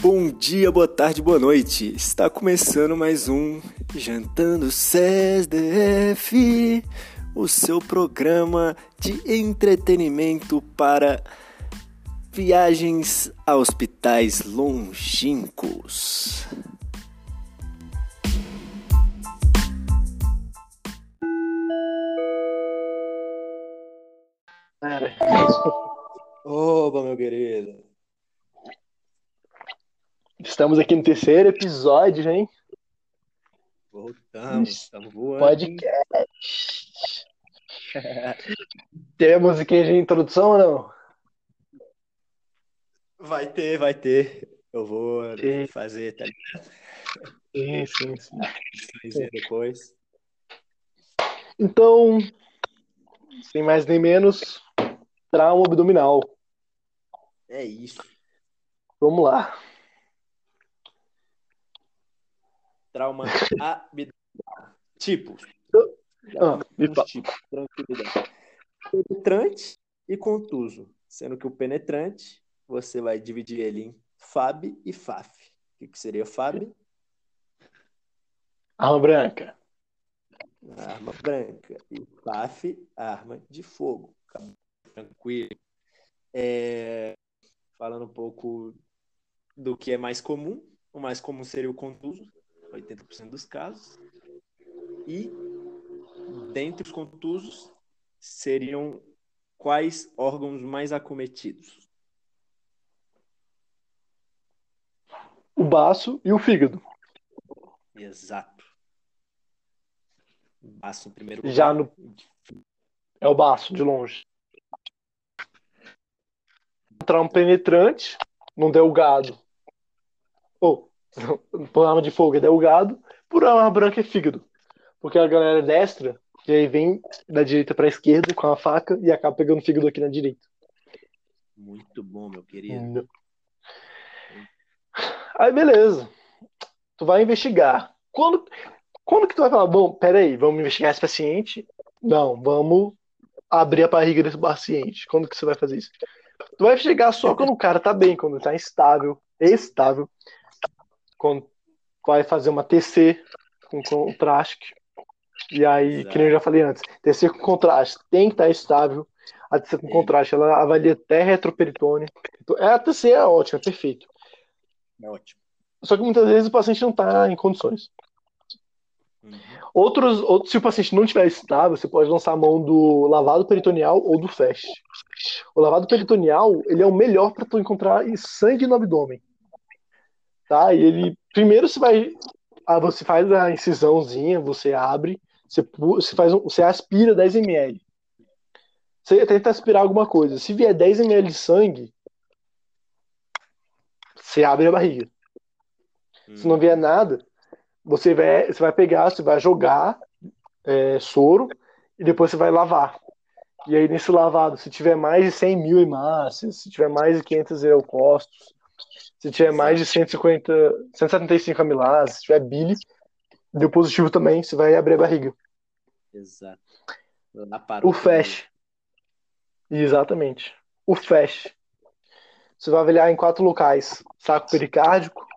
Bom dia, boa tarde, boa noite. Está começando mais um Jantando CESDF, o seu programa de entretenimento para viagens a hospitais longínquos. Oba, meu querido. Estamos aqui no terceiro episódio, hein? Voltamos, estamos voando. Podcast. Temos aqui de introdução ou não? Vai ter. Eu vou fazer, tá ligado? Sim. Fazer depois. Então, sem mais nem menos, trauma abdominal. É isso. Vamos lá. Trauma abdominal. Tipos. Me fala. Tipos. Tranquilidade. Penetrante e contuso. Sendo que o penetrante, você vai dividir ele em FAB e FAF. O que seria FAB? Arma branca. Arma branca. E FAF, arma de fogo. Tranquilo. Falando um pouco do que é mais comum. O mais comum seria o contuso, 80% dos casos. E, dentre os contusos, seriam quais órgãos mais acometidos? O baço e o fígado. Exato. Baço em primeiro lugar. Já no... É o baço, de longe. Trauma penetrante, não delgado. Por arma de fogo é delgado, por arma branca é fígado. Porque a galera é destra, e aí vem da direita pra esquerda com a faca e acaba pegando o fígado aqui na direita. Muito bom, meu querido. Aí beleza. Tu vai investigar. Quando que tu vai falar, bom, peraí, vamos investigar esse paciente? Não, vamos abrir a barriga desse paciente. Quando que você vai fazer isso? Tu vai investigar só quando o cara tá bem, quando ele tá estável. Quando vai fazer uma TC com contraste. E aí, Exato. que nem eu já falei antes, TC com contraste tem que estar estável. A TC com contraste, ela avalia até retroperitônio. A TC é ótima, é perfeito. É ótimo. Só que muitas vezes o paciente não está em condições. Se o paciente não estiver estável, você pode lançar a mão do lavado peritoneal ou do FAST. O lavado peritoneal, ele é o melhor para tu encontrar sangue no abdômen. Tá? E ele, primeiro você faz a incisãozinha, você abre, você aspira 10 ml. Você tenta aspirar alguma coisa. Se vier 10 ml de sangue, você abre a barriga. Se não vier nada, você vai pegar, você vai jogar soro e depois você vai lavar. E aí nesse lavado, se tiver mais de 100 mil hemácias, se tiver mais de 500 leucócitos, se tiver mais de 175 amilases, se tiver bile, deu positivo também, você vai abrir a barriga. Exato. O FAST. Exatamente. O FAST. Você vai avaliar em 4 locais. Saco pericárdico.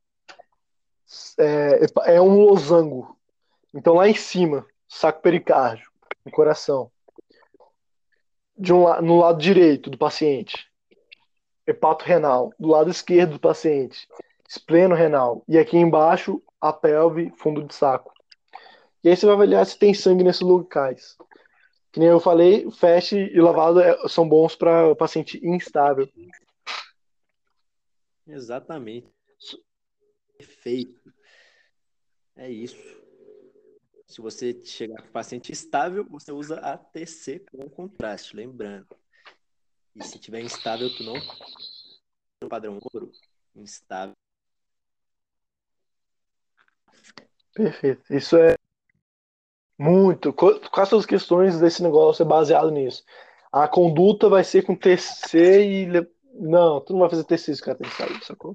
É um losango. Então lá em cima, saco pericárdico, no coração. No lado direito do paciente, hepato renal. Do lado esquerdo do paciente, espleno renal. E aqui embaixo, a pelve, fundo de saco. E aí você vai avaliar se tem sangue nesses locais. Que nem eu falei, o FAST e o lavado são bons para o paciente instável. Exatamente. Perfeito. É isso. Se você chegar com o paciente estável, você usa a TC com contraste, lembrando. E se tiver instável, tu não no padrão ouro, instável. Perfeito. Isso é muito. Quais são as questões desse negócio é baseado nisso? A conduta vai ser com TC e. Não, tu não vai fazer TC se o cara tem instável, sacou?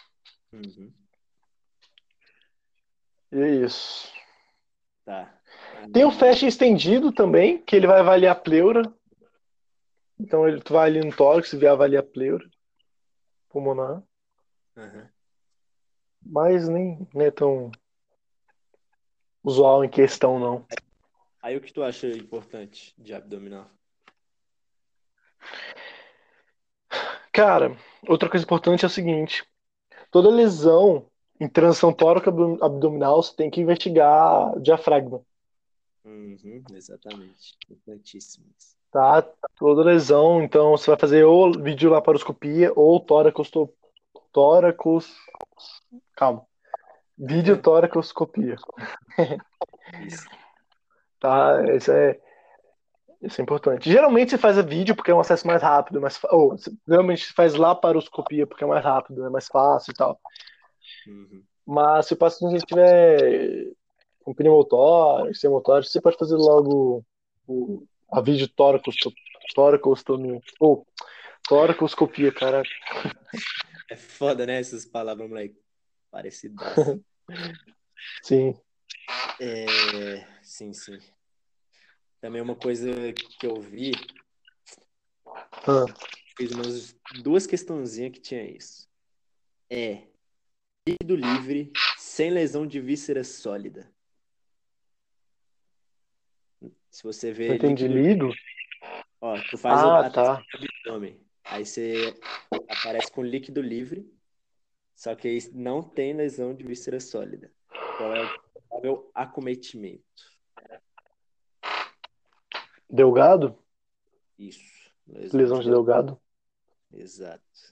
E é isso. Tá. Tem o FAST estendido também, que ele vai avaliar a pleura. Então tu vai ali no tórax e vai avaliar a pleura pulmonar. mas nem é tão usual em questão, não. Aí o que tu acha importante de abdominal? Cara, outra coisa importante é o seguinte: toda lesão em transição tóraco-abdominal, você tem que investigar o diafragma, Uhum, exatamente. Importantíssimo isso. tá? Toda lesão, então você vai fazer ou videolaparoscopia ou tórax, calma, videotoracoscopia, Isso. tá? Isso é importante. Geralmente você faz a vídeo porque é um acesso mais rápido, geralmente você faz laparoscopia porque é mais rápido, é mais fácil e tal. Uhum. Mas se o paciente tiver com pneumotórax, hemotórax, você pode fazer logo a toracostomia. Ou toracoscopia, cara. É foda, né? Essas palavras, moleque. Parecidas. Sim. Sim, sim. Também uma coisa que eu vi, Ah, fiz umas duas questãozinhas que tinha isso. Líquido livre, sem lesão de víscera sólida. Se você não vê entendi. líquido livre, Lido? ó, tu faz Ah, a tá. testa do abdômen. Aí você aparece com líquido livre, só que aí não tem lesão de víscera sólida. Qual é o provável acometimento? Delgado? Isso, lesão Lesão de de Delgado. delgado? Exato.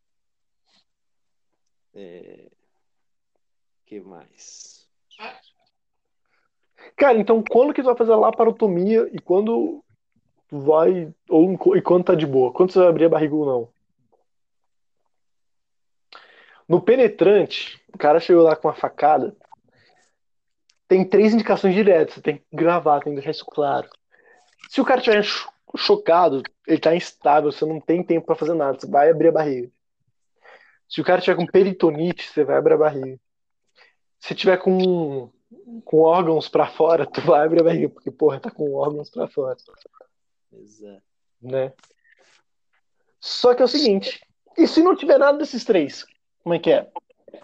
Que mais? Cara, então quando que tu vai fazer a laparotomia e quando tu vai. E quando tá de boa? Quando você vai abrir a barriga ou não? No penetrante, o cara chegou lá com uma facada. Tem três indicações diretas. Você tem que gravar, tem que deixar isso claro. Se o cara estiver chocado, ele tá instável, você não tem tempo pra fazer nada. Você vai abrir a barriga. Se o cara tiver com peritonite, você vai abrir a barriga. Se tiver com órgãos pra fora, tu vai abrir a barriga, porque, porra, tá com órgãos pra fora, Exato. né? Só que é o seguinte, e se não tiver nada desses três? Como é que é?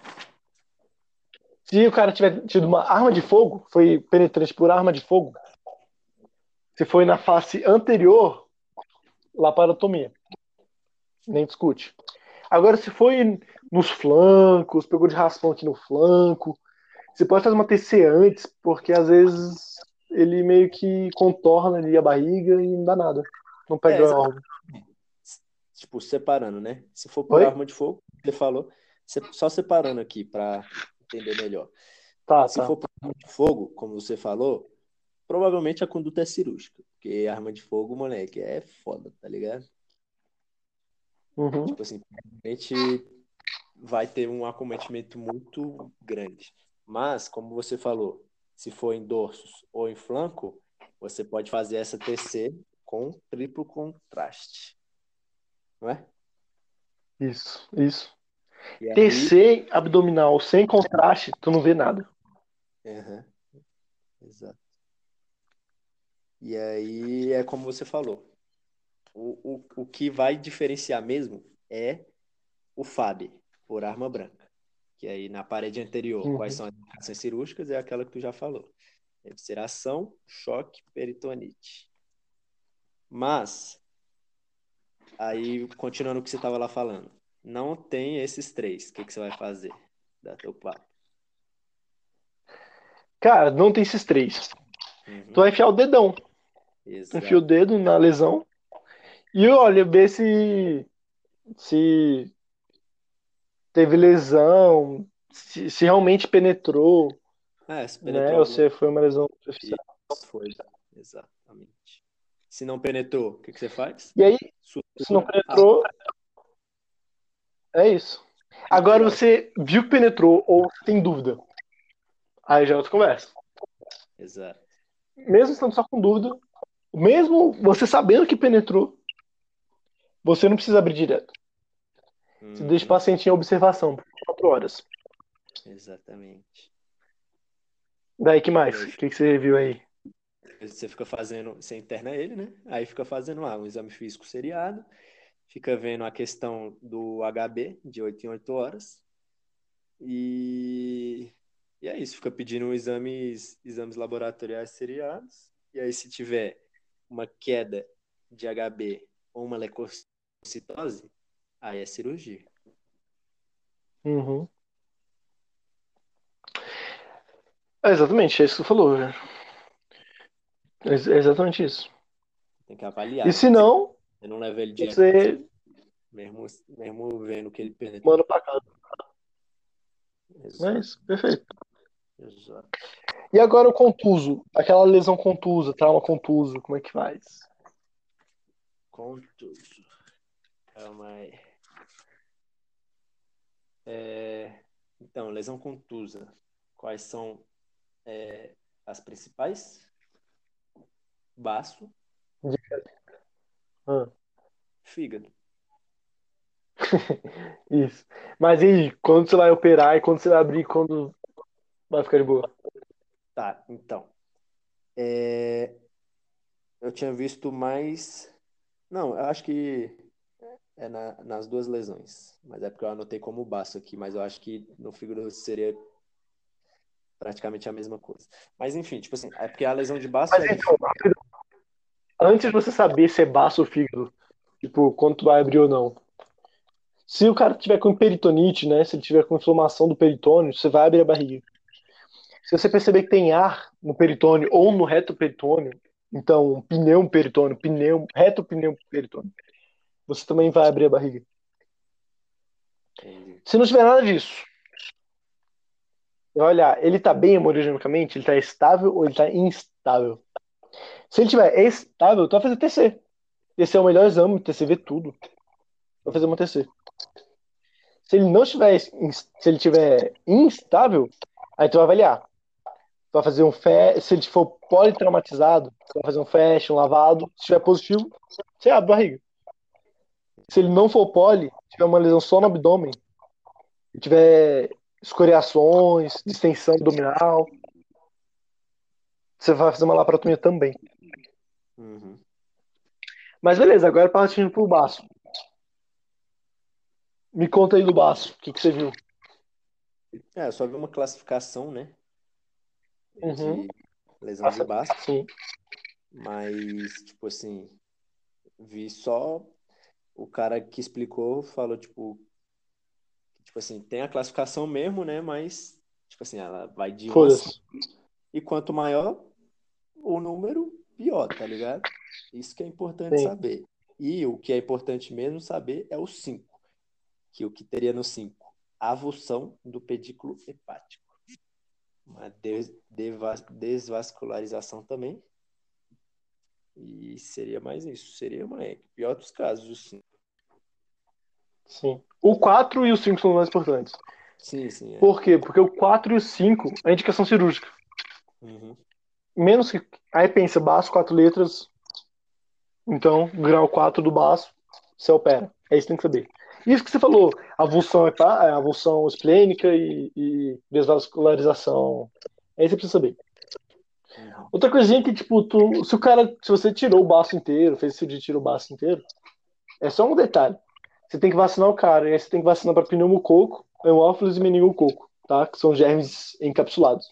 Se o cara tiver tido uma arma de fogo, foi penetrante por arma de fogo, se foi na face anterior, laparotomia. Nem discute. Agora, se foi nos flancos, pegou de raspão aqui no flanco, você pode fazer uma TC antes, porque às vezes ele meio que contorna ali a barriga e não dá nada. Não pega Exatamente. órgão. Tipo, separando, né? Se for por Oi? arma de fogo, ele falou, só separando aqui para entender melhor. Tá, Se tá. for por arma de fogo, como você falou, provavelmente a conduta é cirúrgica. Porque arma de fogo, moleque, é foda, tá ligado? Uhum. Tipo assim, realmente vai ter um acometimento muito grande. Mas, como você falou, se for em dorsos ou em flanco, você pode fazer essa TC com triplo contraste, não é? Isso, isso. E aí, TC abdominal sem contraste, tu não vê nada. aham, exato. E aí é como você falou. O que vai diferenciar mesmo é o FAB, por arma branca. Que aí na parede anterior, quais Uhum. são as indicações cirúrgicas? É aquela que tu já falou. Evisceração, choque, peritonite. Mas, aí, continuando o que você estava lá falando, não tem esses três. O que, que você vai fazer? Dá teu papo. Cara, não tem esses três. Tu Uhum. vai enfiar o dedão. Tu enfia o Exato. dedo na lesão e olha, vê se teve lesão, se realmente penetrou, Se né? penetrou Ou alguma se foi uma lesão coisa, superficial. foi. Exatamente. Se não penetrou, o que, que você faz? E aí, se não Sutura. penetrou, é isso. Agora Tirar o... você viu que penetrou ou tem dúvida. Aí já é outra conversa. Exato. Mesmo estando só com dúvida, mesmo você sabendo que penetrou, você não precisa abrir direto. Você deixa o Uhum. paciente em observação por 4 horas. Exatamente. Daí que E mais? aí O que você viu aí? você fica fazendo, você interna ele, né? Aí fica fazendo um exame físico seriado, fica vendo a questão do HB de 8 em 8 horas E, e é isso, fica pedindo exames laboratoriais seriados. E aí, se tiver uma queda de HB ou uma leucocitose, aí é cirurgia. Uhum. Exatamente, é isso que você falou, velho. É exatamente isso. Tem que E avaliar. se não, Você não leva ele direto, você mesmo vendo que ele manda penetra. pra casa. É Exato, isso, perfeito. exato. E agora o contuso, aquela lesão contusa, trauma contuso, como é que faz? Contuso. Calma aí. Então, lesão contusa. Quais são as principais? Baço, Ah, fígado. isso. Mas e aí, quando você vai operar e quando você vai abrir, quando vai ficar de boa? Tá, então. Eu tinha visto mais. Não, eu acho que é nas duas lesões. Mas é porque eu anotei como baço aqui, mas eu acho que no fígado seria praticamente a mesma coisa. Mas enfim, tipo assim, é porque a lesão de baço Mas é então, difícil. antes de você saber se é baço ou fígado, tipo, quando tu vai abrir ou não. Se o cara tiver com peritonite, né? Se ele tiver com inflamação do peritônio, você vai abrir a barriga. Se você perceber que tem ar no peritônio ou no reto peritônio, então pneu peritônio, reto pneu peritônio, você também vai abrir a barriga. Entendi. Se não tiver nada disso, você vai olhar, ele tá bem hemodinamicamente, ele tá estável ou ele tá instável. Se ele tiver estável, tu vai fazer TC. TC é o melhor exame, TC vê tudo. Vai fazer uma TC. Se ele não estiver, se ele tiver instável, aí tu vai avaliar. Tu vai fazer se ele for politraumatizado, tu vai fazer um FAST, um lavado. Se estiver positivo, você abre a barriga. Se ele não for poli, tiver uma lesão só no abdômen, e tiver escoriações, distensão abdominal, você vai fazer uma laparotomia também. Uhum. Mas beleza, agora partindo pro baço. Me conta aí do baço, o que você viu? Eu só vi uma classificação, né, Uhum. de lesão de baço, Sim. mas, tipo assim, vi só o cara que explicou, falou, tipo assim, tem a classificação mesmo, né, mas, tipo assim, ela vai de 1 a 5, Foda-se. e quanto maior o número, pior, tá ligado? Isso que é importante Sim. saber. E o que é importante mesmo saber é o 5, que o que teria no 5? Avulsão do pedículo hepático. Uma desvascularização também. E seria mais isso. Seria uma pior dos casos, o 5. Sim. O 4 e o 5 são os mais importantes. Sim, sim, é. Por quê? Porque o 4 e o 5 é indicação cirúrgica. Uhum. Menos que. Aí pensa, baço, 4 letras. Então, grau 4 do baço, você opera. É isso que tem que saber. Isso que você falou, avulsão esplênica e desvascularização. É isso que você precisa saber. Uhum. Outra coisinha que, tipo, se você tirou o baço inteiro, fez cirurgia e tirou o baço inteiro, é só um detalhe. Você tem que vacinar o cara, e aí você tem que vacinar para pneumococo, hemófilos e meningococo, tá? Que são germes encapsulados.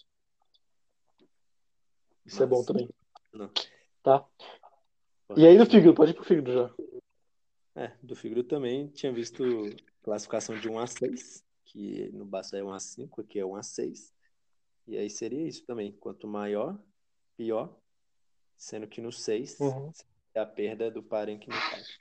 Isso é bom Massa. também, Não, tá? E aí do importante. fígado, pode ir pro fígado já. Do fígado também tinha visto classificação de 1 a 6, que no baço é 1 a 5, aqui é 1 a 6. E aí seria isso também. Quanto maior, pior. Sendo que no 6 Uhum. é a perda do parênquima hepático.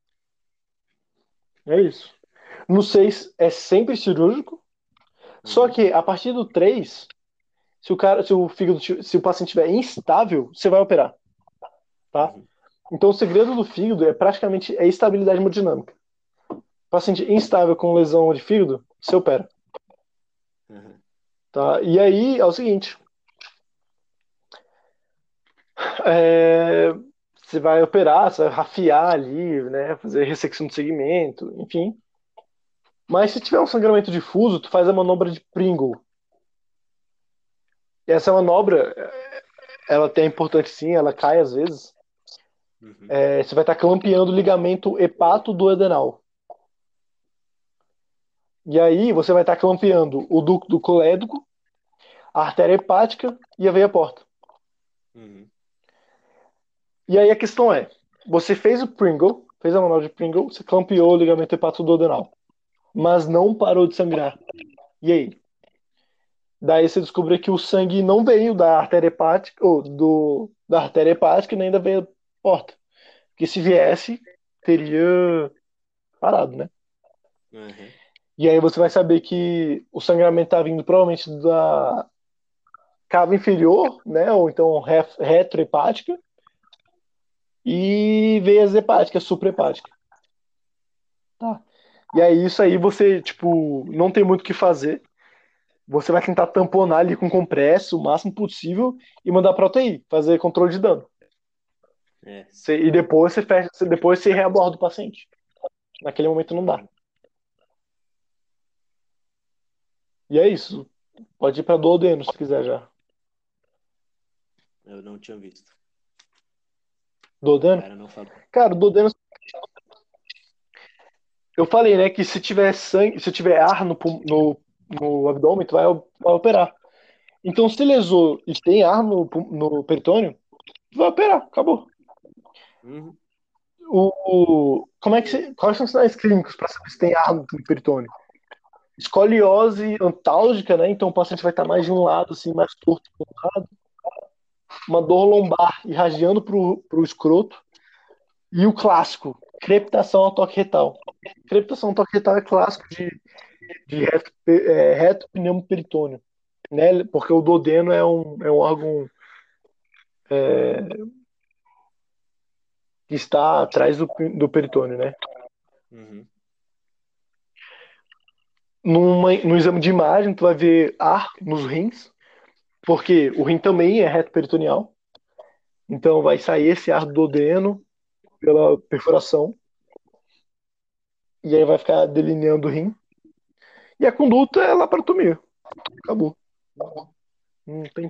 É isso. No 6 é sempre cirúrgico, só Uhum. que a partir do 3, se o paciente estiver instável, você vai operar, tá? Uhum. Então o segredo do fígado é praticamente a estabilidade hemodinâmica. Paciente instável com lesão de fígado, você opera, Uhum. tá? E aí é o seguinte, é, você vai operar, você vai rafiar ali, né? Fazer ressecção de segmento, enfim. Mas se tiver um sangramento difuso, tu faz a manobra de Pringle. E essa manobra, ela tem importante sim, ela cai às vezes. Uhum. Você vai estar clampeando o ligamento hepato do adenal. E aí você vai estar clampeando o ducto colédoco, a artéria hepática e a veia porta. Uhum. E aí a questão é, você fez o Pringle, fez a manual de Pringle, você clampeou o ligamento hepatoduodenal, mas não parou de sangrar. E aí? Daí você descobriu que o sangue não veio da artéria hepática, ou da artéria hepática nem da veia porta. Porque se viesse, teria parado, né? Uhum. E aí você vai saber que o sangramento está vindo provavelmente da cava inferior, né? Ou então retrohepática, e veias hepáticas, suprahepática. Tá. E aí isso aí você, tipo, não tem muito o que fazer. Você vai tentar tamponar ali com compresso o máximo possível e mandar pra UTI, fazer controle de dano. É. E depois você fecha, depois você reaborda o paciente. Naquele momento não dá. E é isso. Pode ir pra duodeno se quiser já. Eu não tinha visto. O Duodeno? cara não falou. Cara, o duodeno. Eu falei, né, que se tiver sangue, se tiver ar no abdômen, tu vai operar. Então, se lesou e tem ar no peritônio, tu vai operar, acabou. Uhum. Como é que quais são os sinais clínicos para saber se tem ar no peritônio? Escoliose antálgica, né? Então o paciente vai estar mais de um lado, assim, mais torto de um lado. Uma dor lombar irradiando pro escroto. E o clássico, crepitação ao toque retal. Crepitação ao toque retal é clássico de reto pneumoperitônio, né? Porque o duodeno é um órgão que está atrás do peritônio, né? Uhum. No exame de imagem, tu vai ver ar nos rins, porque o rim também é reto peritoneal. Então vai sair esse ar do duodeno pela perfuração. E aí vai ficar delineando o rim. E a conduta é laparotomia. Acabou. Não tem.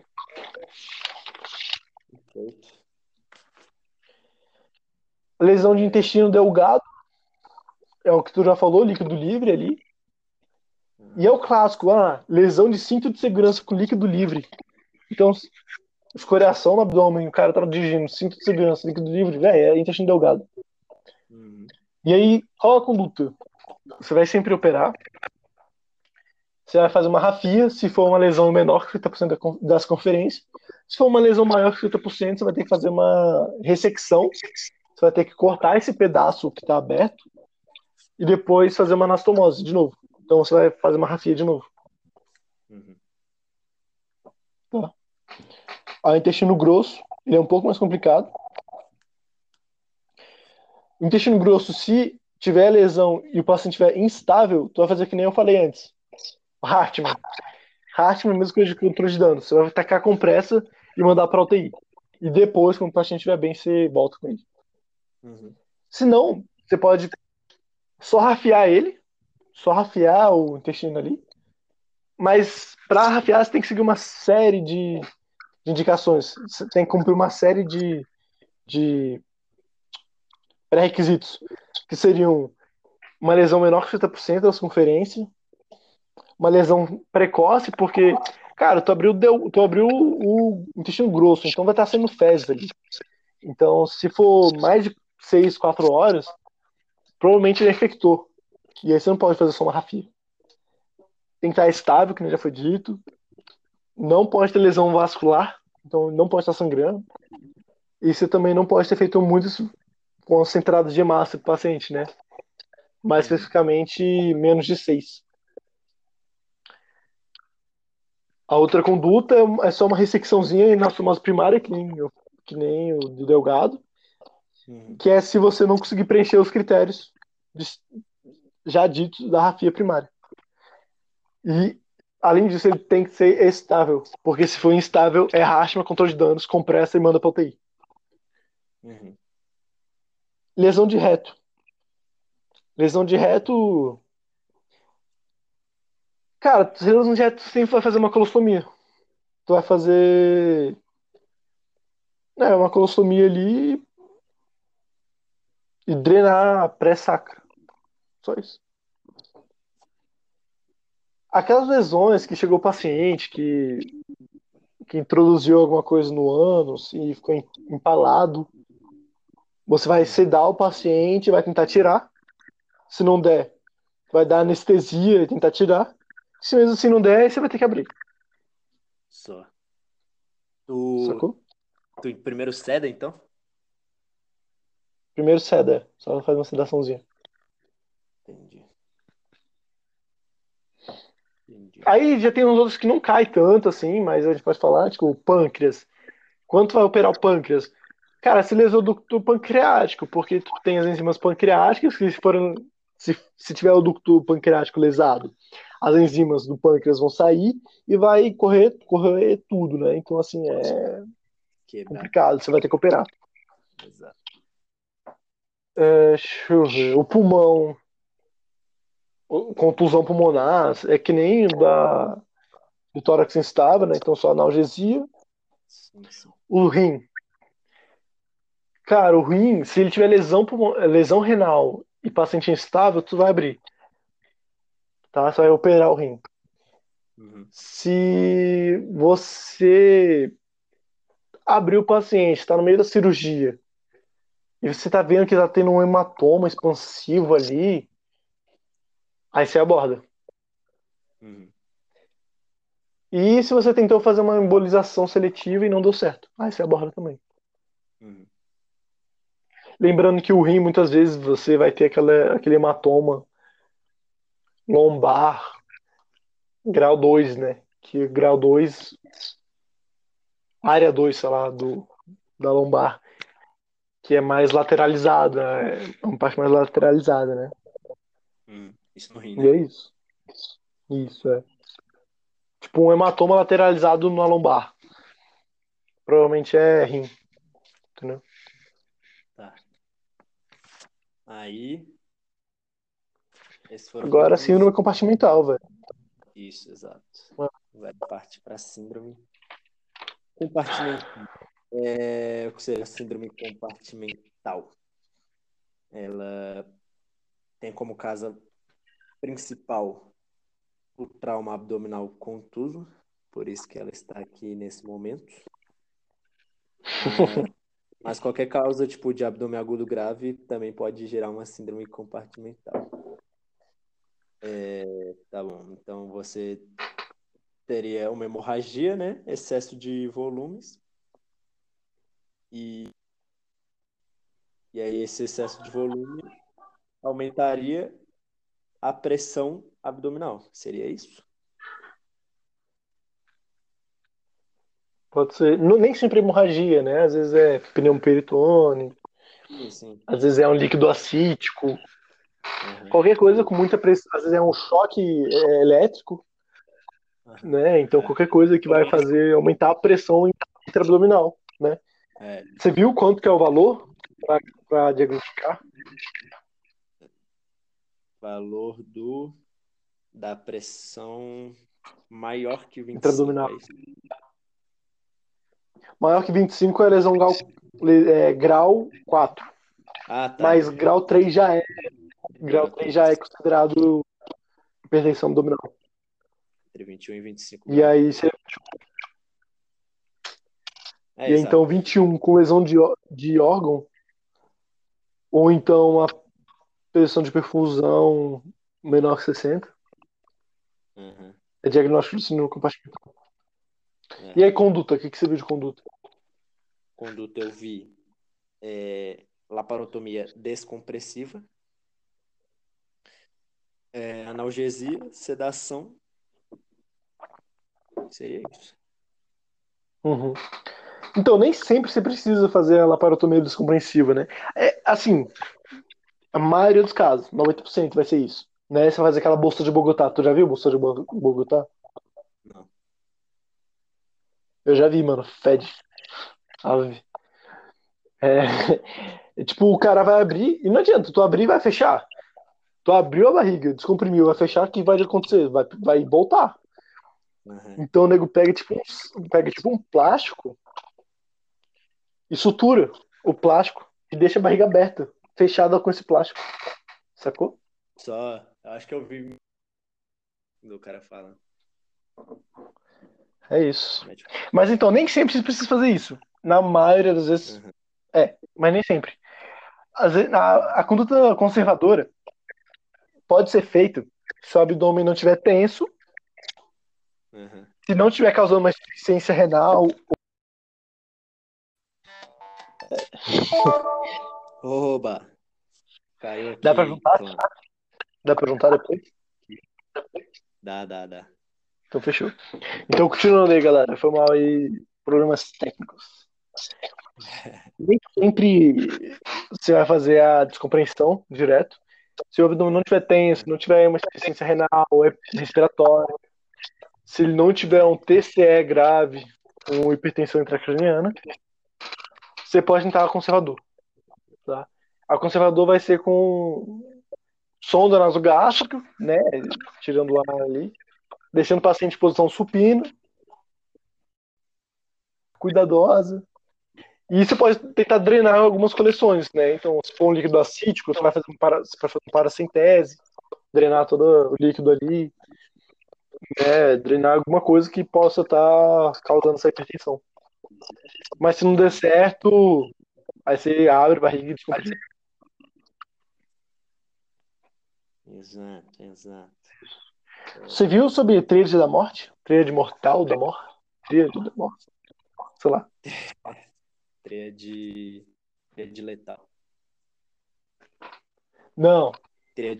Perfeito. Lesão de intestino delgado. É o que tu já falou, líquido livre ali. E é o clássico, lesão de cinto de segurança com líquido livre. Então, escoriação no abdômen, o cara tá dirigindo, cinto de segurança, líquido livre, velho, é intestino delgado. Uhum. E aí, qual a conduta? Você vai sempre operar. Você vai fazer uma rafia, se for uma lesão menor que 50% da circunferência. Se for uma lesão maior que 50%, você vai ter que fazer uma ressecção. Você vai ter que cortar esse pedaço que está aberto e depois fazer uma anastomose de novo. Então você vai fazer uma rafia de novo. Uhum. Tá. O intestino grosso, ele é um pouco mais complicado. O intestino grosso, se tiver lesão e o paciente estiver instável, tu vai fazer que nem eu falei antes. Hartmann. Hartmann, mesmo coisa de controle de dano. Você vai tacar a compressa e mandar para UTI. E depois, quando o paciente estiver bem, você volta com ele. Uhum. Se não, você pode só rafiar ele, só rafiar o intestino ali. Mas para rafiar, você tem que seguir uma série de indicações. Você tem que cumprir uma série de pré-requisitos, que seriam uma lesão menor que 50% da circunferência, uma lesão precoce, porque, cara, tu abriu o intestino grosso, então vai estar sendo fezes ali. Então, se for mais de 6, 4 horas, provavelmente ele infectou. E aí você não pode fazer só uma rafia. Tem que estar estável, que nem já foi dito. Não pode ter lesão vascular, então não pode estar sangrando. E você também não pode ter feito muitas concentradas de hemácia do paciente, né? Mais Uhum. especificamente, menos de 6. A outra conduta é só uma ressecçãozinha na anastomose primária, que nem o do Delgado, Uhum. que é se você não conseguir preencher os critérios já ditos da rafia primária. E, além disso, ele tem que ser estável, porque se for instável, é Hashima, controle de danos, compressa e manda para UTI. Uhum. Lesão de reto. Lesão de reto. Cara, lesão de reto sempre vai fazer uma colostomia. Tu vai fazer. Uma colostomia ali e drenar a pré-sacra. Só isso. aquelas lesões que chegou o paciente, que introduziu alguma coisa no ânus e ficou empalado, você vai sedar o paciente, vai tentar tirar. Se não der, vai dar anestesia e tentar tirar. Se mesmo assim não der, você vai ter que abrir. Só. Tu, Sacou? tu primeiro ceda, então? Primeiro seda, só faz uma sedaçãozinha. Entendi. Entendi. Aí já tem uns outros que não cai tanto assim, mas a gente pode falar, tipo, o pâncreas. Quanto vai operar o pâncreas? Cara, se lesou do ducto pancreático, porque tu tem as enzimas pancreáticas, que se tiver o ducto pancreático lesado, as enzimas do pâncreas vão sair e vai correr tudo, né? Então, assim, é Quebrar. complicado, você vai ter que operar. Exato. Deixa eu ver, o pulmão, contusão pulmonar, é que nem do tórax instável, né? Então, só analgesia. Sim, sim. O rim. Cara, o rim, se ele tiver lesão renal e paciente instável, tu vai abrir, tá? Você vai operar o rim. Uhum. Se você abrir o paciente, está no meio da cirurgia, e você tá vendo que tá tendo um hematoma expansivo ali, aí você aborda. Uhum. E se você tentou fazer uma embolização seletiva e não deu certo, aí você aborda também. Uhum. Lembrando que o rim, muitas vezes, você vai ter aquele hematoma lombar, grau 2, né? Que grau 2, área 2, sei lá, da lombar, que é mais lateralizada, é uma parte mais lateralizada, né? Uhum. Isso no rim, E né? é isso. Isso, é. Tipo um hematoma lateralizado na lombar. Provavelmente é rim, entendeu? Tá. Aí, esses foram Agora, todos. síndrome compartimental, velho. Isso, exato. Vai partir para síndrome compartimental. O que seria a síndrome compartimental? Ela tem como causa principal o trauma abdominal contuso, por isso que ela está aqui nesse momento. Mas qualquer causa tipo de abdômen agudo grave também pode gerar uma síndrome compartimental. Tá bom, então você teria uma hemorragia, né? Excesso de volumes. E, e aí esse excesso de volume aumentaria a pressão abdominal. Seria isso? Pode ser. Nem sempre é hemorragia, né? Às vezes é pneumoperitone, Sim, sim. às vezes é um líquido acítico. Aham. Qualquer coisa com muita pressão. Às vezes é um choque elétrico, Aham. né? Então qualquer coisa que vai fazer aumentar a pressão intraabdominal, né? É, Você viu quanto que é o valor para diagnosticar? valor da pressão maior que 25, Intraabdominal. é isso? Maior que 25 é lesão grau 4. Ah, tá. Mas grau 3 já é. Grau Grau 3 3. já é considerado hipertensão abdominal. Entre 21 e 25 E graus. aí, É, e aí, exato. então 21 com lesão de órgão, ou então a pressão de perfusão menor que 60, Aham. é diagnóstico de síndrome compartimental. É. E aí, conduta, o que você viu de conduta? Conduta eu vi laparotomia descompressiva, analgesia, sedação. Seria isso. Uhum. Então, nem sempre você precisa fazer a laparotomia descompressiva, né? É, assim, a maioria dos casos, 90% vai ser isso. Né? Você faz aquela bolsa de Bogotá. Tu já viu bolsa de Bogotá? Não. Eu já vi, mano. Fede. Ave. É, tipo, o cara vai abrir e não adianta, tu abrir e vai fechar. Tu abriu a barriga, descomprimiu, vai fechar, o que vai acontecer? Vai voltar. Aham. Então o nego pega tipo um plástico e sutura o plástico e deixa a barriga aberta, fechada com esse plástico. Sacou? Só, eu acho que eu vi do cara falando. É isso. Médico. Mas então, nem sempre você precisa fazer isso. Na maioria das vezes, Uhum. mas nem sempre. Às vezes, a conduta conservadora pode ser feita se o abdômen não estiver tenso, Uhum. se não estiver causando uma insuficiência renal. Oba! Caiu Dá pra aqui, juntar? clã. Dá pra juntar depois? Dá. Então fechou. Então continuando aí, galera. Foi mal aí, problemas técnicos. Nem sempre você vai fazer a descompreensão direto. Se o abdômen não estiver tenso, não tiver uma insuficiência renal, respiratória, se ele não tiver um TCE grave, com hipertensão intracraniana, você pode tentar a conservador. Tá? A conservador vai ser com sonda nasogástrica, né? Tirando o ar ali, deixando o paciente em posição supina, cuidadosa. E você pode tentar drenar algumas coleções, né? Então, se for um líquido acítico, você vai fazer um paracentese, drenar todo o líquido ali, né? Drenar alguma coisa que possa estar causando essa hipertensão. Mas se não der certo, aí você abre a barriga e descomprime. Exato. Você viu sobre tríade da morte? Tríade mortal da morte? Tríade da morte? Sei lá. Tríade letal. Não. Tríade.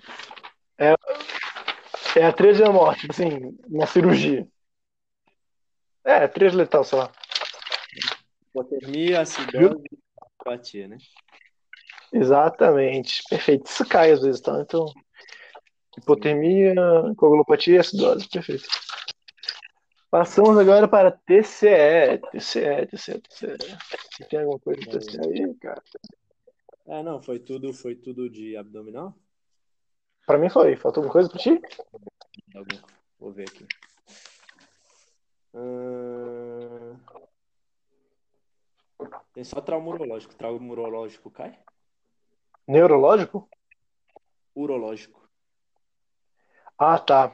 É a tríade da morte, tipo assim, na cirurgia. Tríade letal, sei lá. Hipotermia, Viu? acidose e apatia, né? Exatamente. Perfeito. Isso cai às vezes, tá? Então, hipotermia, coagulopatia e acidose. Perfeito. Passamos agora para TCE. TCE. Você tem alguma coisa de TCE aí, cara? Não, foi tudo de abdominal? Pra mim foi. Faltou alguma coisa pra ti? Vou ver aqui. Tem só trauma urológico. Trauma urológico cai? Neurológico? Urológico. Ah, tá.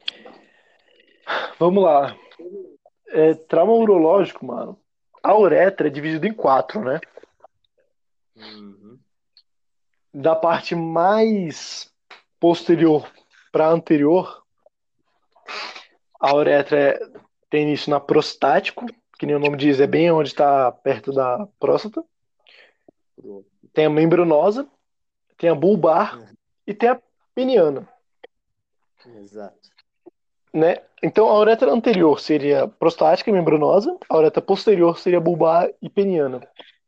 Vamos lá. Trauma urológico, mano. A uretra é dividida em 4, né? Uhum. Da parte mais posterior para anterior, a uretra tem início na prostático, que nem o nome diz, é bem onde está perto da próstata. Tem a membranosa, tem a bulbar e tem a peniana. Exato. Né? Então a uretra anterior seria prostática e membranosa, a uretra posterior seria bulbar e peniana.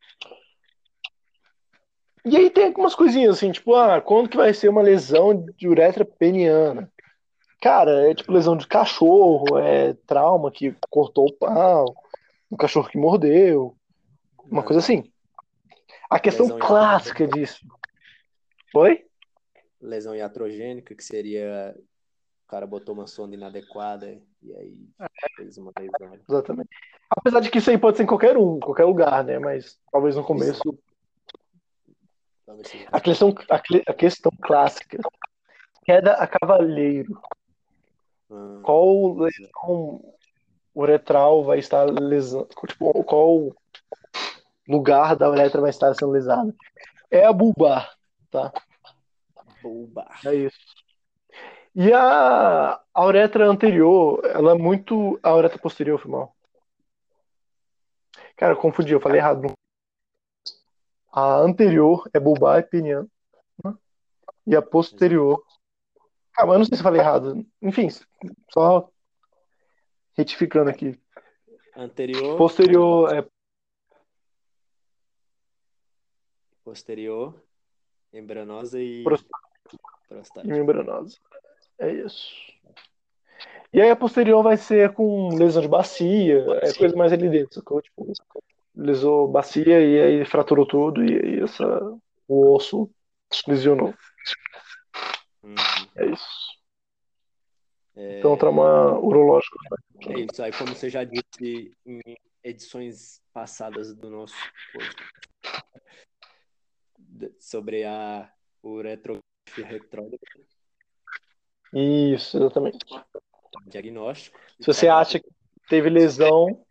E aí tem algumas coisinhas assim, tipo, quando que vai ser uma lesão de uretra peniana? Cara, é tipo lesão de cachorro, é trauma que cortou o pau, um cachorro que mordeu, uma coisa assim. A questão Lesão clássica disso. Oi? Lesão iatrogênica, que seria o cara botou uma sonda inadequada e aí fez uma lesão. Exatamente. Apesar de que isso aí pode ser em qualquer lugar, né? Mas talvez no começo. A questão clássica. Queda a cavaleiro. Qual lesão uretral vai estar lesando? Tipo, qual lugar da uretra vai estar sendo lesada? É a bulbar, tá? Bulbar. É isso. E a uretra anterior, ela é muito. A uretra posterior, foi mal. Cara, eu confundi, eu falei errado. A anterior é bulbar e peniana. E a posterior. Ah, mas eu não sei se eu falei errado. Enfim, só retificando aqui. Posterior é Posterior, membranosa e prostática. e membranosa. É isso. E aí a posterior vai ser com lesão de bacia, coisa mais ali dentro, sacou? Tipo, lesou bacia e aí fraturou tudo e aí o osso lesionou. É isso. Então, trauma urológico. É isso. Aí, como você já disse em edições passadas do nosso podcast, sobre a uretrografia retrógrada. Isso, exatamente. Diagnóstico. Se você acha que teve lesão,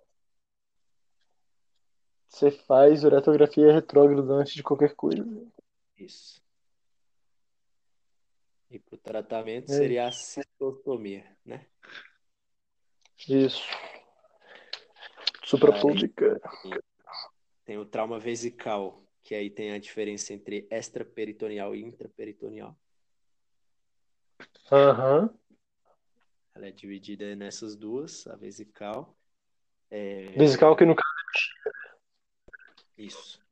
você faz uretrografia retrógrada antes de qualquer coisa. Isso. E para o tratamento É seria a cistostomia, né? Isso. Suprapúbica. Tem o trauma vesical, que aí tem a diferença entre extraperitoneal e intraperitoneal. Aham. Ela é dividida nessas duas, a vesical. Vesical que no caso. Isso.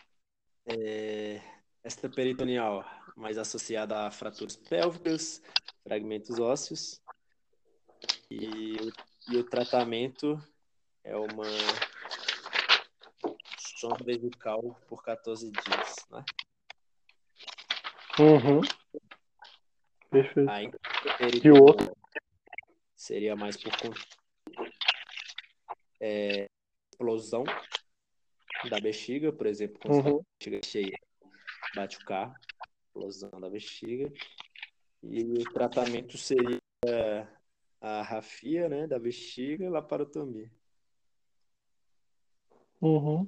Extraperitoneal, mais associada a fraturas pélvicas, fragmentos ósseos. E o tratamento é uma sonda vesical por 14 dias, né? Uhum. Perfeito. A E o intraperitoneal outro? seria mais por explosão da bexiga, por exemplo, quando você tá com a bexiga cheia, bate o carro, explosão da bexiga. E o tratamento seria a rafia, né, da bexiga e laparotomia. Uhum.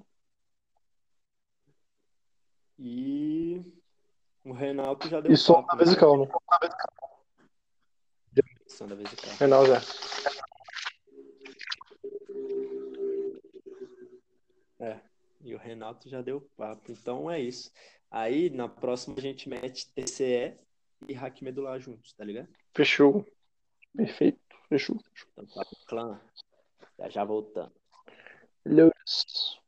E o Renato já deu E sonda papo, né? vesical, né? Sonda vesical. Renal já. E o Renato já deu papo. Então é isso. Aí na próxima a gente mete TCE e hack medular juntos, tá ligado? Fechou. Perfeito. Fechou. Então tá, clã. Já voltando. Beleza.